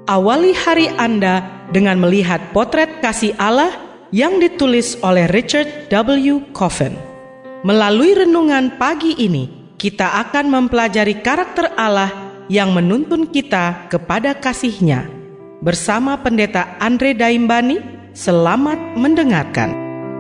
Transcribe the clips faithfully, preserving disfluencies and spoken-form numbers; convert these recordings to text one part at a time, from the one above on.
Awali hari Anda dengan melihat potret kasih Allah yang ditulis oleh Richard W. Coffin. Melalui renungan pagi ini, kita akan mempelajari karakter Allah yang menuntun kita kepada kasih-Nya. Bersama Pendeta Andre Daimbani, selamat mendengarkan.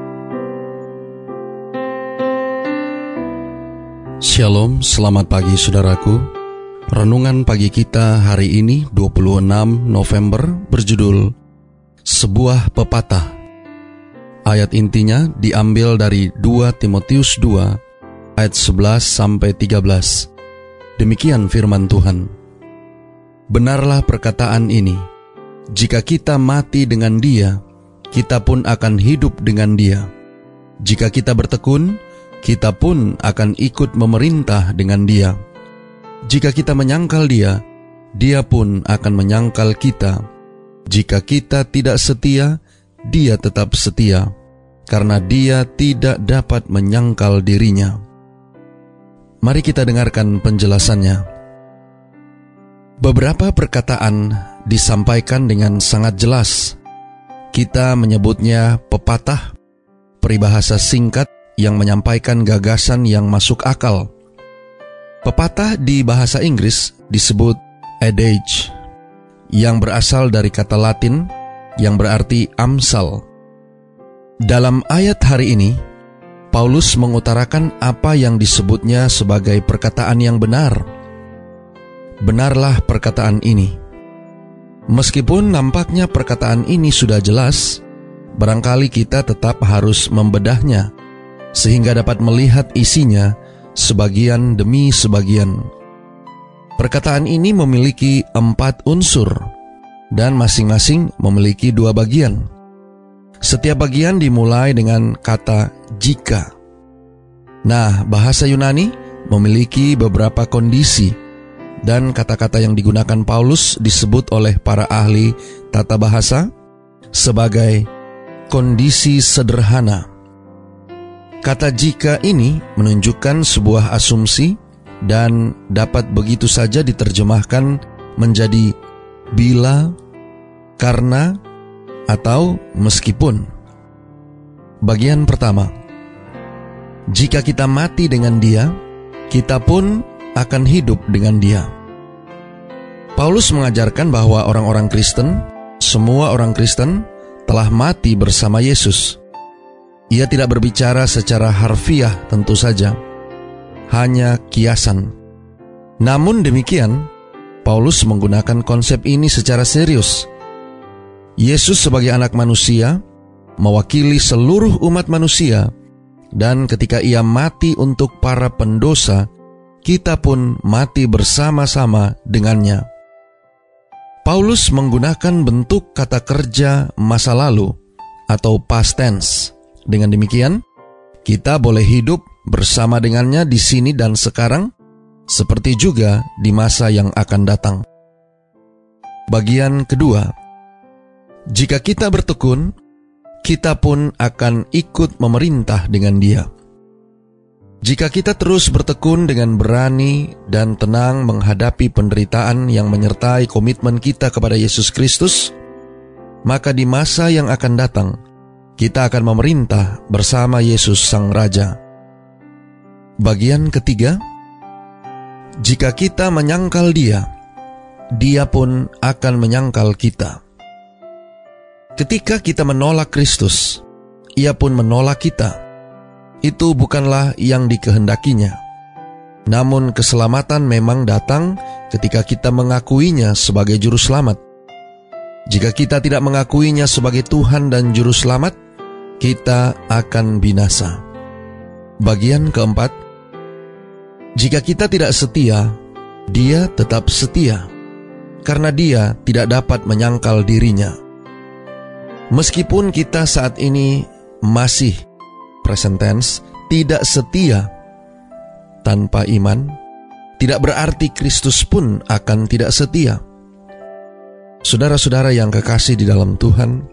Shalom, selamat pagi saudaraku. Renungan pagi kita hari ini dua puluh enam November berjudul Sebuah Pepatah. Ayat intinya diambil dari dua Timotius dua ayat sebelas sampai tiga belas. Demikian firman Tuhan. Benarlah perkataan ini, jika kita mati dengan Dia, kita pun akan hidup dengan Dia. Jika kita bertekun, kita pun akan ikut memerintah dengan Dia. Jika kita menyangkal Dia, Dia pun akan menyangkal kita. Jika kita tidak setia, Dia tetap setia, karena Dia tidak dapat menyangkal dirinya. Mari kita dengarkan penjelasannya. Beberapa perkataan disampaikan dengan sangat jelas. Kita menyebutnya pepatah, peribahasa singkat yang menyampaikan gagasan yang masuk akal. Pepatah di bahasa Inggris disebut adage, yang berasal dari kata Latin yang berarti amsal. Dalam ayat hari ini, Paulus mengutarakan apa yang disebutnya sebagai perkataan yang benar. Benarlah perkataan ini. Meskipun nampaknya perkataan ini sudah jelas, barangkali kita tetap harus membedahnya, sehingga dapat melihat isinya sebagian demi sebagian. Perkataan ini memiliki empat unsur, dan masing-masing memiliki dua bagian. Setiap bagian dimulai dengan kata jika. Nah, bahasa Yunani memiliki beberapa kondisi, dan kata-kata yang digunakan Paulus disebut oleh para ahli tata bahasa sebagai kondisi sederhana. Kata jika ini menunjukkan sebuah asumsi dan dapat begitu saja diterjemahkan menjadi bila, karena, atau meskipun. Bagian pertama, jika kita mati dengan Dia, kita pun akan hidup dengan Dia. Paulus mengajarkan bahwa orang-orang Kristen, semua orang Kristen, telah mati bersama Yesus. Ia tidak berbicara secara harfiah tentu saja, hanya kiasan. Namun demikian, Paulus menggunakan konsep ini secara serius. Yesus sebagai anak manusia, mewakili seluruh umat manusia, dan ketika Ia mati untuk para pendosa, kita pun mati bersama-sama dengannya. Paulus menggunakan bentuk kata kerja masa lalu atau past tense. Dengan demikian, kita boleh hidup bersama dengannya di sini dan sekarang, seperti juga di masa yang akan datang. Bagian kedua, jika kita bertekun, kita pun akan ikut memerintah dengan Dia. Jika kita terus bertekun dengan berani dan tenang menghadapi penderitaan yang menyertai komitmen kita kepada Yesus Kristus, maka di masa yang akan datang, kita akan memerintah bersama Yesus Sang Raja. Bagian ketiga, jika kita menyangkal Dia, Dia pun akan menyangkal kita. Ketika kita menolak Kristus, Ia pun menolak kita. Itu bukanlah yang dikehendakinya. Namun keselamatan memang datang ketika kita mengakuinya sebagai Juru Selamat. Jika kita tidak mengakuinya sebagai Tuhan dan Juru Selamat, kita akan binasa. Bagian keempat, jika kita tidak setia, Dia tetap setia, karena Dia tidak dapat menyangkal dirinya. Meskipun kita saat ini masih present tense, tidak setia, tanpa iman, tidak berarti Kristus pun akan tidak setia. Saudara-saudara yang kekasih di dalam Tuhan,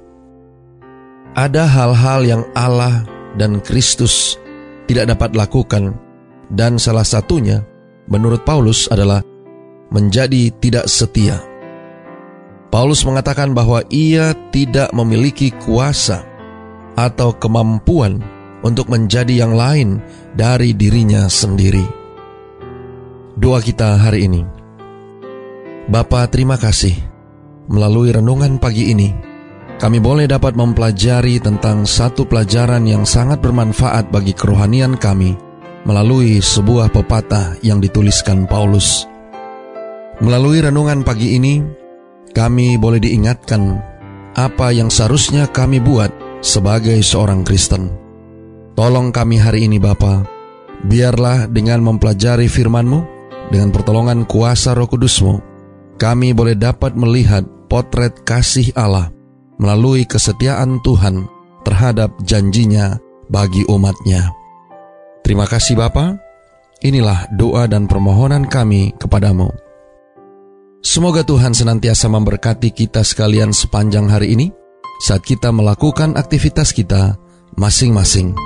ada hal-hal yang Allah dan Kristus tidak dapat lakukan, dan salah satunya, menurut Paulus, adalah menjadi tidak setia. Paulus mengatakan bahwa ia tidak memiliki kuasa atau kemampuan untuk menjadi yang lain dari dirinya sendiri. Doa kita hari ini. Bapa, terima kasih. Melalui renungan pagi ini, kami boleh dapat mempelajari tentang satu pelajaran yang sangat bermanfaat bagi kerohanian kami melalui sebuah pepatah yang dituliskan Paulus. Melalui renungan pagi ini, kami boleh diingatkan apa yang seharusnya kami buat sebagai seorang Kristen. Tolong kami hari ini Bapa, biarlah dengan mempelajari firman-Mu, dengan pertolongan kuasa Roh Kudus-Mu, kami boleh dapat melihat potret kasih Allah melalui kesetiaan Tuhan terhadap janjinya bagi umat-Nya. Terima kasih Bapa. Inilah doa dan permohonan kami kepadamu. Semoga Tuhan senantiasa memberkati kita sekalian sepanjang hari ini saat kita melakukan aktivitas kita masing-masing.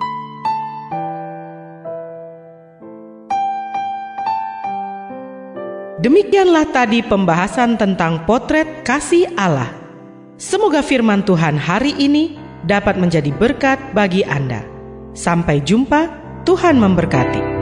Demikianlah tadi pembahasan tentang potret kasih Allah. Semoga firman Tuhan hari ini dapat menjadi berkat bagi Anda. Sampai jumpa, Tuhan memberkati.